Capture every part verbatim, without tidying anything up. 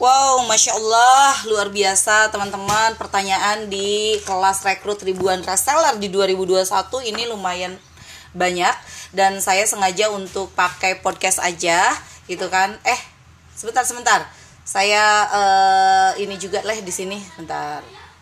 Wow, Masya Allah, luar biasa teman-teman. Pertanyaan di kelas rekrut ribuan reseller di dua ribu dua puluh satu ini lumayan banyak. Dan saya sengaja untuk pakai podcast aja gitu kan. Eh, sebentar-sebentar. Saya uh, ini juga lah di sini, bentar.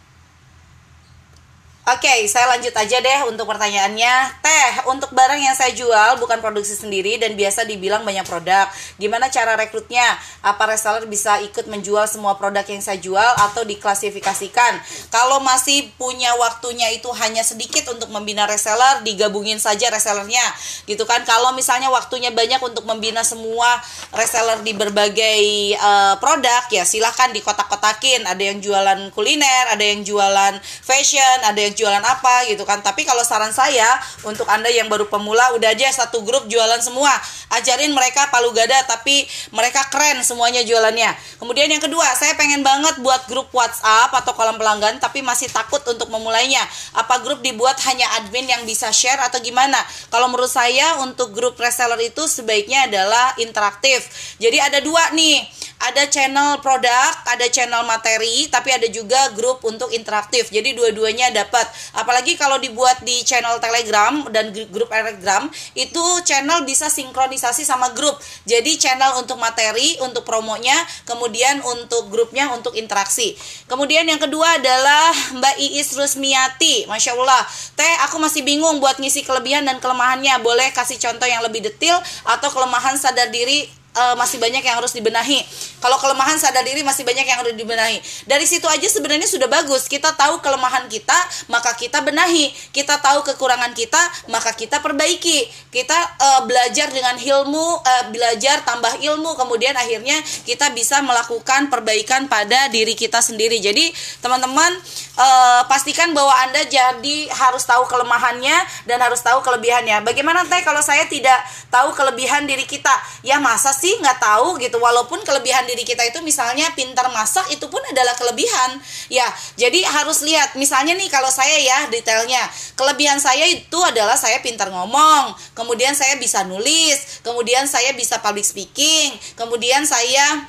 Oke, okay, saya lanjut aja deh untuk pertanyaannya. Teh, untuk barang yang saya jual bukan produksi sendiri dan biasa dibilang banyak produk. Gimana cara rekrutnya? Apa reseller bisa ikut menjual semua produk yang saya jual atau diklasifikasikan? Kalau masih punya waktunya itu hanya sedikit untuk membina reseller, digabungin saja resellernya. Gitu kan. Kalau misalnya waktunya banyak untuk membina semua reseller di berbagai uh, produk, ya silahkan dikotak-kotakin. Ada yang jualan kuliner, ada yang jualan fashion, ada yang jualan apa gitu kan. Tapi kalau saran saya untuk Anda yang baru pemula, udah aja satu grup jualan semua. Ajarin mereka palu gada tapi mereka keren semuanya jualannya. Kemudian yang kedua, saya pengen banget buat grup WhatsApp atau kolam pelanggan tapi masih takut untuk memulainya. Apa grup dibuat hanya admin yang bisa share atau gimana? Kalau menurut saya untuk grup reseller itu sebaiknya adalah interaktif. Jadi ada dua nih. Ada channel produk, ada channel materi, tapi ada juga grup untuk interaktif. Jadi dua-duanya dapat. Apalagi kalau dibuat di channel Telegram dan grup Telegram, itu channel bisa sinkronisasi sama grup. Jadi channel untuk materi, untuk promonya, kemudian untuk grupnya untuk interaksi. Kemudian yang kedua adalah Mbak Iis Rusmiati. Masya Allah, Teh, aku masih bingung buat ngisi kelebihan dan kelemahannya. Boleh kasih contoh yang lebih detail atau kelemahan sadar diri Uh, masih banyak yang harus dibenahi. Kalau kelemahan sadar diri masih banyak yang harus dibenahi. Dari situ aja sebenarnya sudah bagus. Kita tahu kelemahan kita, maka kita benahi. Kita tahu kekurangan kita, maka kita perbaiki. Kita uh, belajar dengan ilmu, uh, belajar tambah ilmu, kemudian akhirnya kita bisa melakukan perbaikan pada diri kita sendiri. Jadi teman-teman uh, pastikan bahwa Anda jadi harus tahu kelemahannya dan harus tahu kelebihannya. Bagaimana Teh kalau saya tidak tahu kelebihan diri kita? Ya masa sih nggak tahu gitu. Walaupun kelebihan diri kita itu misalnya pintar masak, itu pun adalah kelebihan ya. Jadi harus lihat misalnya nih, kalau saya ya detailnya, kelebihan saya itu adalah saya pintar ngomong, kemudian saya bisa nulis, kemudian saya bisa public speaking, kemudian saya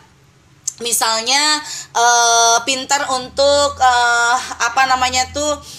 misalnya uh, pintar untuk uh, apa namanya tuh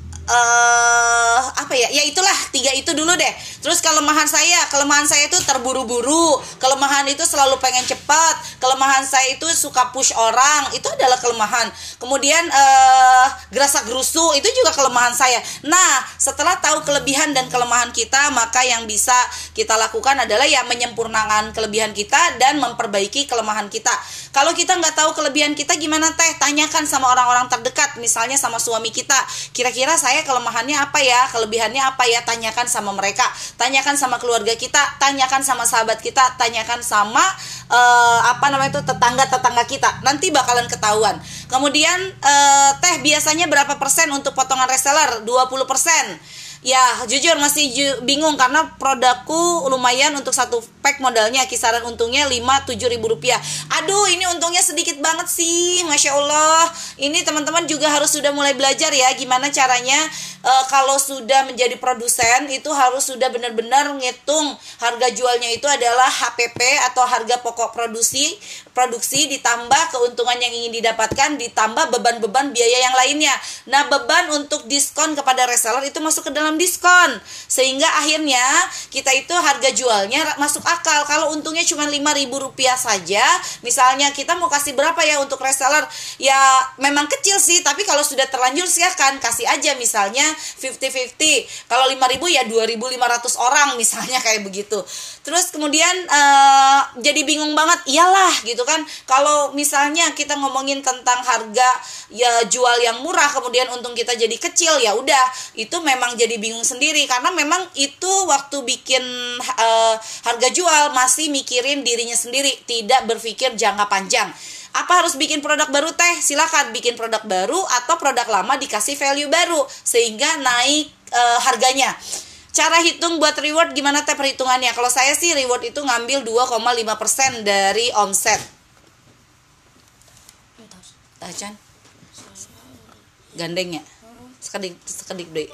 Uh, apa ya, ya itulah tiga itu dulu deh. Terus kelemahan saya, kelemahan saya itu terburu-buru, kelemahan itu selalu pengen cepat, kelemahan saya itu suka push orang, itu adalah kelemahan. Kemudian uh, gerasak gerusu, itu juga kelemahan saya. Nah, setelah tahu kelebihan dan kelemahan kita, maka yang bisa kita lakukan adalah ya menyempurnakan kelebihan kita dan memperbaiki kelemahan kita. Kalau kita nggak tahu kelebihan kita gimana Teh? Tanyakan sama orang-orang terdekat, misalnya sama suami kita. Kira-kira saya kelemahannya apa ya, kelebihannya apa ya, tanyakan sama mereka, tanyakan sama keluarga kita, tanyakan sama sahabat kita, tanyakan sama uh, apa namanya itu tetangga-tetangga kita, nanti bakalan ketahuan. Kemudian uh, Teh, biasanya berapa persen untuk potongan reseller? dua puluh persen. Ya jujur masih ju- bingung karena produkku lumayan untuk satu pack modalnya kisaran untungnya lima tujuh ribu rupiah. Aduh, ini untungnya sedikit banget sih, Masya Allah. Ini teman-teman juga harus sudah mulai belajar ya gimana caranya e, kalau sudah menjadi produsen itu harus sudah benar-benar ngitung harga jualnya itu adalah H P P atau harga pokok produksi produksi ditambah keuntungan yang ingin didapatkan ditambah beban-beban biaya yang lainnya. Nah, beban untuk diskon kepada reseller itu masuk ke dalam diskon, sehingga akhirnya kita itu harga jualnya masuk akal. Kalau untungnya cuma lima ribu rupiah saja, misalnya kita mau kasih berapa ya untuk reseller, ya memang kecil sih, tapi kalau sudah terlanjur silahkan kasih aja misalnya lima puluh lima puluh. Kalau lima ribu ya dua ribu lima ratus orang misalnya kayak begitu. Terus kemudian uh, jadi bingung banget, iyalah gitu kan, kalau misalnya kita ngomongin tentang harga ya jual yang murah kemudian untung kita jadi kecil, ya udah itu memang jadi bingung sendiri karena memang itu waktu bikin uh, harga jual masih mikirin dirinya sendiri, tidak berpikir jangka panjang. Apa harus bikin produk baru Teh? Silakan bikin produk baru atau produk lama dikasih value baru sehingga naik uh, harganya. Cara hitung buat reward gimana Teh perhitungannya? Kalau saya sih reward itu ngambil dua koma lima persen dari omset. Tahan. Gandengnya. Sekedik sekedik deh.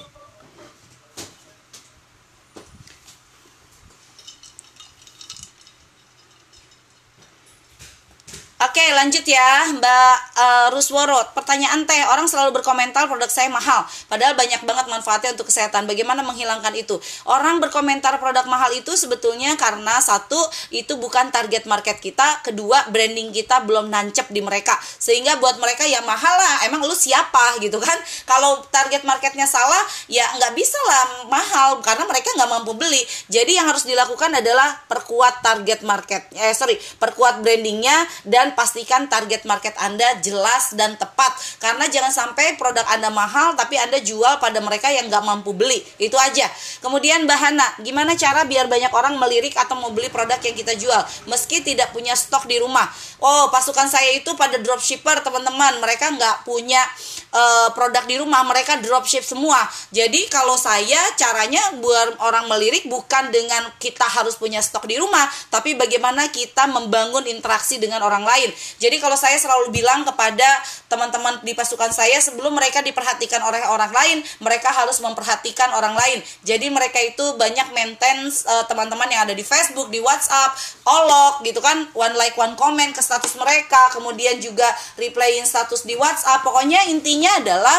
Oke, Oke, lanjut ya Mbak uh, Rusworo. Pertanyaan teh, orang selalu berkomentar produk saya mahal, padahal banyak banget manfaatnya untuk kesehatan. Bagaimana menghilangkan itu? Orang berkomentar produk mahal itu sebetulnya karena satu, itu bukan target market kita. Kedua, branding kita belum nancep di mereka. Sehingga buat mereka ya mahal lah, emang lu siapa gitu kan. Kalau target marketnya salah, ya nggak bisa lah mahal, karena mereka nggak mampu beli. Jadi yang harus dilakukan adalah perkuat target market. Eh sorry, perkuat brandingnya dan pastikan target market Anda jelas dan tepat. Karena jangan sampai produk Anda mahal tapi Anda jual pada mereka yang nggak mampu beli. Itu aja. Kemudian Mbak Hana, gimana cara biar banyak orang melirik atau mau beli produk yang kita jual meski tidak punya stok di rumah? Oh, pasukan saya itu pada dropshipper teman-teman. Mereka nggak punya uh, produk di rumah, mereka dropship semua. Jadi kalau saya caranya buat orang melirik bukan dengan kita harus punya stok di rumah, tapi bagaimana kita membangun interaksi dengan orang lain. Jadi kalau saya selalu bilang kepada teman-teman di pasukan saya, sebelum mereka diperhatikan oleh orang lain, mereka harus memperhatikan orang lain. Jadi mereka itu banyak maintain uh, teman-teman yang ada di Facebook, di WhatsApp, olok gitu kan, one like one comment ke status mereka, kemudian juga replyin status di WhatsApp. Pokoknya intinya adalah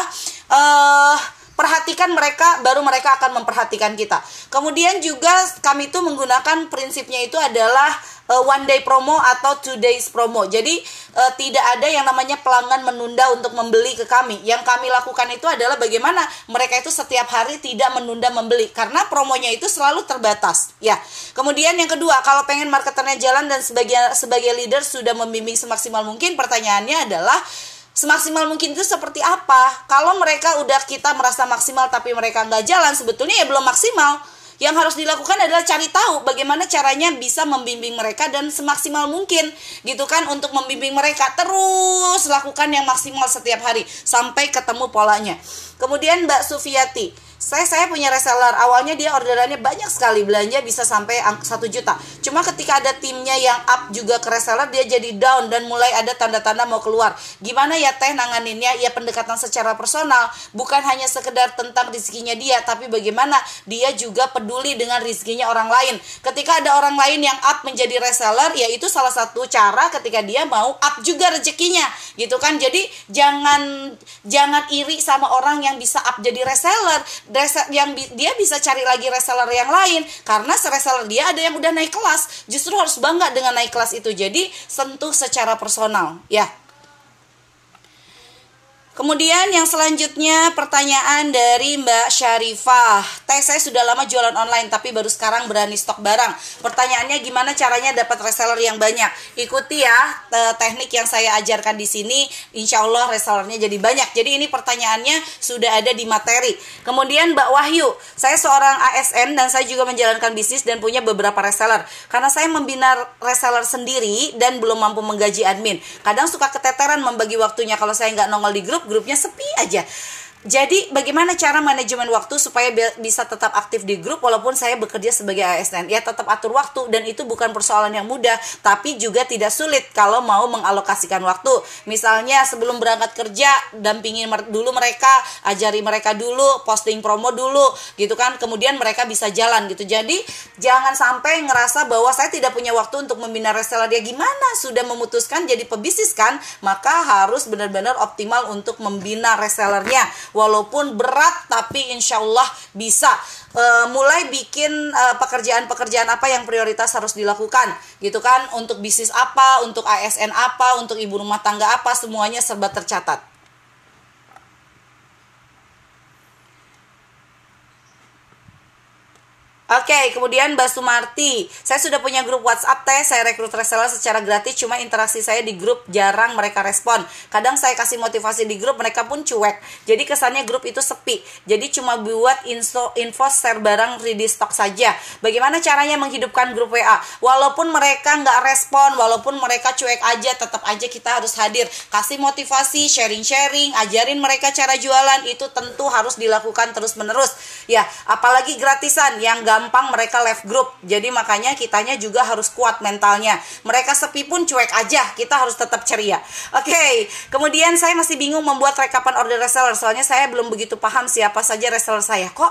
uh, perhatikan mereka, baru mereka akan memperhatikan kita. Kemudian juga kami itu menggunakan prinsipnya itu adalah uh, one day promo atau two days promo. Jadi uh, tidak ada yang namanya pelanggan menunda untuk membeli ke kami. Yang kami lakukan itu adalah bagaimana mereka itu setiap hari tidak menunda membeli, karena promonya itu selalu terbatas. Ya. Kemudian yang kedua, kalau pengen marketernya jalan dan sebagai sebagai leader sudah membimbing semaksimal mungkin, pertanyaannya adalah semaksimal mungkin itu seperti apa? Kalau mereka udah kita merasa maksimal tapi mereka nggak jalan, sebetulnya ya belum maksimal. Yang harus dilakukan adalah cari tahu bagaimana caranya bisa membimbing mereka dan semaksimal mungkin gitu kan, untuk membimbing mereka. Terus lakukan yang maksimal setiap hari sampai ketemu polanya. Kemudian Mbak Sufiati, Saya saya punya reseller, awalnya dia orderannya banyak sekali, belanja bisa sampai satu juta. Cuma ketika ada timnya yang up juga ke reseller, dia jadi down dan mulai ada tanda-tanda mau keluar. Gimana ya teh nanganinnya? Ya pendekatan secara personal, bukan hanya sekedar tentang rezekinya dia, tapi bagaimana dia juga peduli dengan rezekinya orang lain. Ketika ada orang lain yang up menjadi reseller, ya itu salah satu cara ketika dia mau up juga rezekinya, gitu kan. Jadi jangan jangan iri sama orang yang bisa up jadi reseller. Yang dia bisa cari lagi reseller yang lain, karena reseller dia ada yang udah naik kelas. Justru harus bangga dengan naik kelas itu. Jadi sentuh secara personal ya. Kemudian yang selanjutnya pertanyaan dari Mbak Syarifah. Teh, saya sudah lama jualan online tapi baru sekarang berani stok barang. Pertanyaannya gimana caranya dapat reseller yang banyak? Ikuti ya teknik yang saya ajarkan di sini. Insya Allah resellernya jadi banyak. Jadi ini pertanyaannya sudah ada di materi. Kemudian Mbak Wahyu, saya seorang A S N dan saya juga menjalankan bisnis dan punya beberapa reseller. Karena saya membina reseller sendiri dan belum mampu menggaji admin. Kadang suka keteteran membagi waktunya. Kalau saya nggak nongol di grup, grupnya sepi aja. Jadi bagaimana cara manajemen waktu supaya bisa tetap aktif di grup walaupun saya bekerja sebagai A S N? Ya tetap atur waktu, dan itu bukan persoalan yang mudah, tapi juga tidak sulit kalau mau mengalokasikan waktu. Misalnya sebelum berangkat kerja, dampingin dulu mereka, ajari mereka dulu, posting promo dulu, gitu kan. Kemudian mereka bisa jalan gitu. Jadi jangan sampai ngerasa bahwa saya tidak punya waktu untuk membina reseller. Ya gimana? Sudah memutuskan jadi pebisnis kan? Maka harus benar-benar optimal untuk membina resellernya. Walaupun berat, tapi insya Allah bisa. E, mulai bikin e, pekerjaan-pekerjaan apa yang prioritas harus dilakukan, gitu kan? Untuk bisnis apa, untuk A S N apa, untuk ibu rumah tangga apa, semuanya serba tercatat. Oke, okay, kemudian Mbak Sumarti, saya sudah punya grup WhatsApp teh, saya rekrut reseller secara gratis, cuma interaksi saya di grup jarang mereka respon. Kadang saya kasih motivasi di grup, mereka pun cuek. Jadi kesannya grup itu sepi. Jadi cuma buat info, info share barang ready stock saja. Bagaimana caranya menghidupkan grup W A? Walaupun mereka nggak respon, walaupun mereka cuek aja, tetap aja kita harus hadir. Kasih motivasi, sharing-sharing, ajarin mereka cara jualan, itu tentu harus dilakukan terus-menerus. Ya, apalagi gratisan yang nggak gampang mereka left group. Jadi makanya kitanya juga harus kuat mentalnya. Mereka sepi pun cuek aja, kita harus tetap ceria. Oke, okay. Kemudian saya masih bingung membuat rekapan order reseller, soalnya saya belum begitu paham siapa saja reseller saya. Kok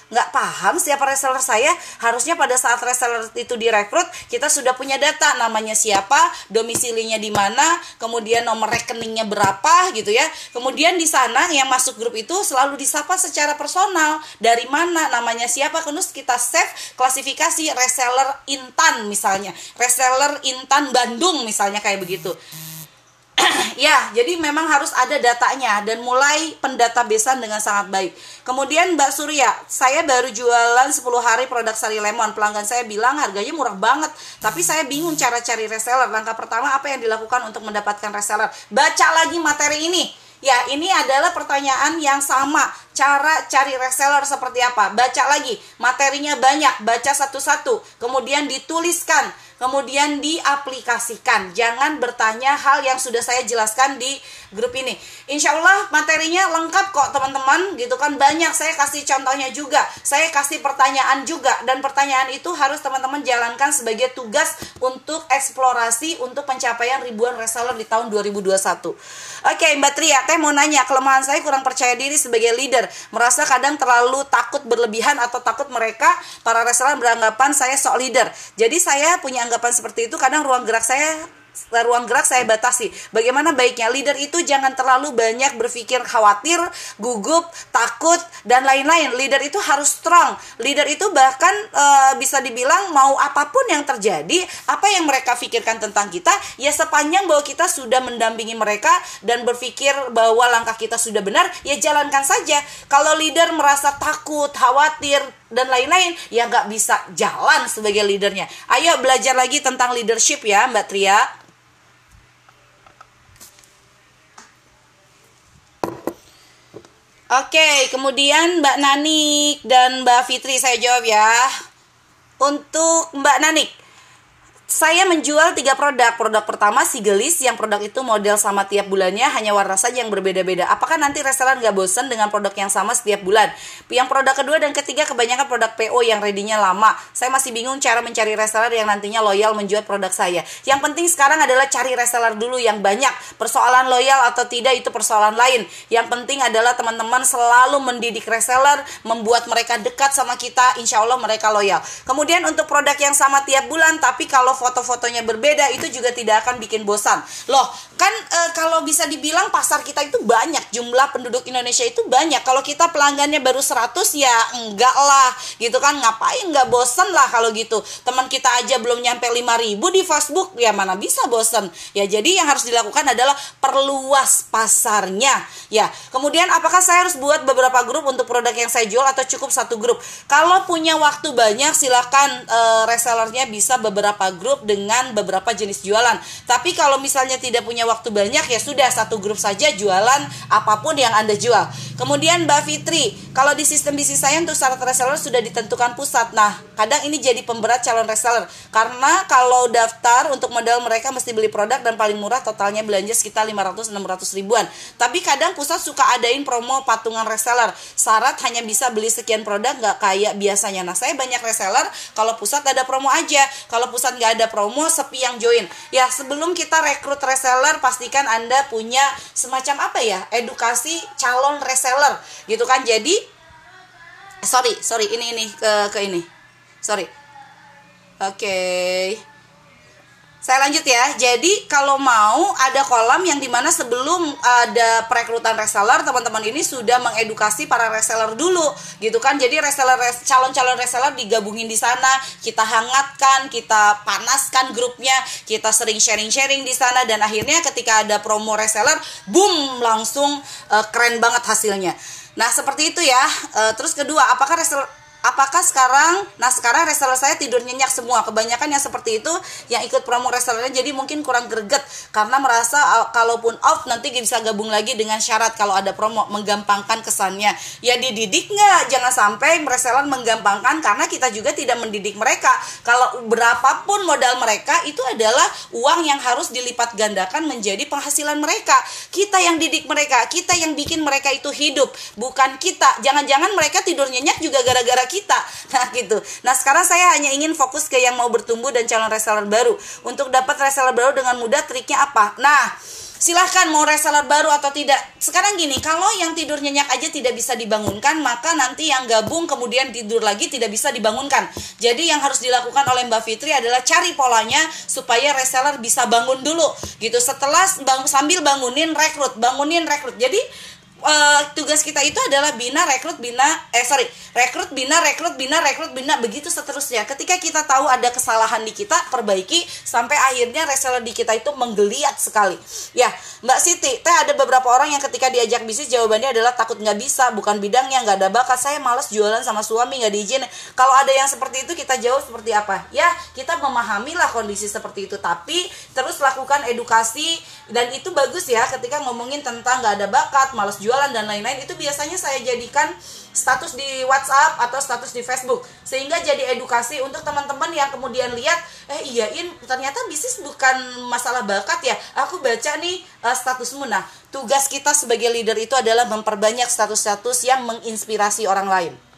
nggak paham siapa reseller saya. Harusnya pada saat reseller itu direkrut, kita sudah punya data, namanya siapa, domisilinya di mana, kemudian nomor rekeningnya berapa gitu ya. Kemudian di sana yang masuk grup itu selalu disapa secara personal, dari mana, namanya siapa, terus kita save klasifikasi reseller Intan misalnya, reseller Intan Bandung misalnya, kayak begitu. Ya, jadi memang harus ada datanya dan mulai pendatabasean dengan sangat baik. Kemudian Mbak Surya, saya baru jualan sepuluh hari produk Sari Lemon. Pelanggan saya bilang harganya murah banget, tapi saya bingung cara cari reseller. Langkah pertama apa yang dilakukan untuk mendapatkan reseller? Baca lagi materi ini. Ya, ini adalah pertanyaan yang sama. Cara cari reseller seperti apa? Baca lagi, materinya banyak, baca satu-satu, kemudian dituliskan, kemudian diaplikasikan. Jangan bertanya hal yang sudah saya jelaskan di grup ini. Insya Allah materinya lengkap kok teman-teman, gitu kan. Banyak, saya kasih contohnya juga, saya kasih pertanyaan juga, dan pertanyaan itu harus teman-teman jalankan sebagai tugas untuk eksplorasi untuk pencapaian ribuan reseller di tahun dua ribu dua puluh satu. Oke Mbak Tria, Teh mau nanya, kelemahan saya kurang percaya diri sebagai leader, merasa kadang terlalu takut berlebihan atau takut mereka para reseller beranggapan saya sok leader. Jadi saya punya anggapan seperti itu, kadang ruang gerak saya ruang gerak saya batasi. Bagaimana baiknya? Leader itu jangan terlalu banyak berpikir khawatir, gugup, takut, dan lain-lain. Leader itu harus strong. Leader itu bahkan e, bisa dibilang mau apapun yang terjadi, apa yang mereka pikirkan tentang kita, ya sepanjang bahwa kita sudah mendampingi mereka dan berpikir bahwa langkah kita sudah benar, ya jalankan saja. Kalau leader merasa takut, khawatir, dan lain-lain, ya nggak bisa jalan sebagai leadernya. Ayo belajar lagi tentang leadership ya Mbak Tria. Oke, kemudian Mbak Nanik dan Mbak Fitri saya jawab ya. Untuk Mbak Nanik, saya menjual tiga produk. Produk pertama Sigelis, yang produk itu model sama tiap bulannya, hanya warna saja yang berbeda-beda. Apakah nanti reseller nggak bosan dengan produk yang sama setiap bulan? Yang produk kedua dan ketiga kebanyakan produk P O yang ready-nya lama. Saya masih bingung cara mencari reseller yang nantinya loyal menjual produk saya. Yang penting sekarang adalah cari reseller dulu yang banyak. Persoalan loyal atau tidak itu persoalan lain. Yang penting adalah teman-teman selalu mendidik reseller, membuat mereka dekat sama kita, insya Allah mereka loyal. Kemudian untuk produk yang sama tiap bulan, tapi kalau foto-fotonya berbeda, itu juga tidak akan bikin bosan. Loh, kan e, kalau bisa dibilang pasar kita itu banyak, jumlah penduduk Indonesia itu banyak. Kalau kita pelanggannya baru seratus, ya enggak lah, gitu kan. Ngapain nggak bosan lah kalau gitu. Teman kita aja belum nyampe lima ribu di Facebook, ya mana bisa bosan. Ya jadi yang harus dilakukan adalah perluas pasarnya. Ya, kemudian apakah saya harus buat beberapa grup untuk produk yang saya jual atau cukup satu grup? Kalau punya waktu banyak, silakan e, resellernya bisa beberapa grup dengan beberapa jenis jualan. Tapi kalau misalnya tidak punya waktu banyak, ya sudah satu grup saja jualan apapun yang Anda jual. Kemudian Mbak Fitri, kalau di sistem bisnis saya untuk syarat reseller sudah ditentukan pusat. Nah, kadang ini jadi pemberat calon reseller, karena kalau daftar untuk modal mereka mesti beli produk dan paling murah totalnya belanja sekitar lima ratus sampai enam ratus ribuan. Tapi kadang pusat suka adain promo patungan reseller, syarat hanya bisa beli sekian produk, nggak kayak biasanya. Nah, saya banyak reseller, kalau pusat ada promo aja, kalau pusat nggak ada ada promo, sepi yang join. Ya, sebelum kita rekrut reseller, pastikan Anda punya semacam apa ya, edukasi calon reseller, gitu kan. Jadi, sorry, sorry, ini ini ke ke ini, sorry. Oke. Okay. Saya lanjut ya. Jadi kalau mau ada kolam yang dimana sebelum ada perekrutan reseller, teman-teman ini sudah mengedukasi para reseller dulu, gitu kan. Jadi reseller calon-calon reseller digabungin di sana, kita hangatkan, kita panaskan grupnya, kita sering sharing-sharing di sana, dan akhirnya ketika ada promo reseller, boom, langsung uh, keren banget hasilnya. Nah seperti itu ya. Uh, terus kedua, apakah reseller Apakah sekarang, nah sekarang reseller saya tidur nyenyak semua. Kebanyakan yang seperti itu yang ikut promo resellernya, jadi mungkin kurang greget karena merasa uh, kalaupun off nanti bisa gabung lagi dengan syarat kalau ada promo, menggampangkan kesannya. Ya dididik nggak? Jangan sampai reseller menggampangkan, karena kita juga tidak mendidik mereka. Kalau berapapun modal mereka, itu adalah uang yang harus dilipat gandakan menjadi penghasilan mereka. Kita yang didik mereka, kita yang bikin mereka itu hidup, bukan kita. Jangan-jangan mereka tidur nyenyak juga gara-gara kita. Nah gitu. Nah sekarang saya hanya ingin fokus ke yang mau bertumbuh dan calon reseller baru. Untuk dapat reseller baru dengan mudah, triknya apa? Nah silahkan mau reseller baru atau tidak. Sekarang gini, kalau yang tidur nyenyak aja tidak bisa dibangunkan, maka nanti yang gabung kemudian tidur lagi tidak bisa dibangunkan. Jadi yang harus dilakukan oleh Mbak Fitri adalah cari polanya supaya reseller bisa bangun dulu gitu. Setelah bang, sambil bangunin rekrut, bangunin rekrut. Jadi Uh, tugas kita itu adalah bina, rekrut, bina, eh sorry, rekrut, bina, rekrut, bina, rekrut, bina, begitu seterusnya. Ketika kita tahu ada kesalahan di kita, perbaiki sampai akhirnya reseller di kita itu menggeliat sekali. Ya, Mbak Siti, teh ada beberapa orang yang ketika diajak bisnis jawabannya adalah takut nggak bisa, bukan bidangnya, nggak ada bakat, saya malas jualan sama suami, nggak diizinin. Kalau ada yang seperti itu, kita jawab seperti apa? Ya, kita memahamilah kondisi seperti itu, tapi terus lakukan edukasi, dan itu bagus ya ketika ngomongin tentang nggak ada bakat, malas jualan jualan dan lain-lain, itu biasanya saya jadikan status di WhatsApp atau status di Facebook, sehingga jadi edukasi untuk teman-teman yang kemudian lihat, eh iyain ternyata bisnis bukan masalah bakat ya, aku baca nih uh, statusmu. Nah, tugas kita sebagai leader itu adalah memperbanyak status-status yang menginspirasi orang lain.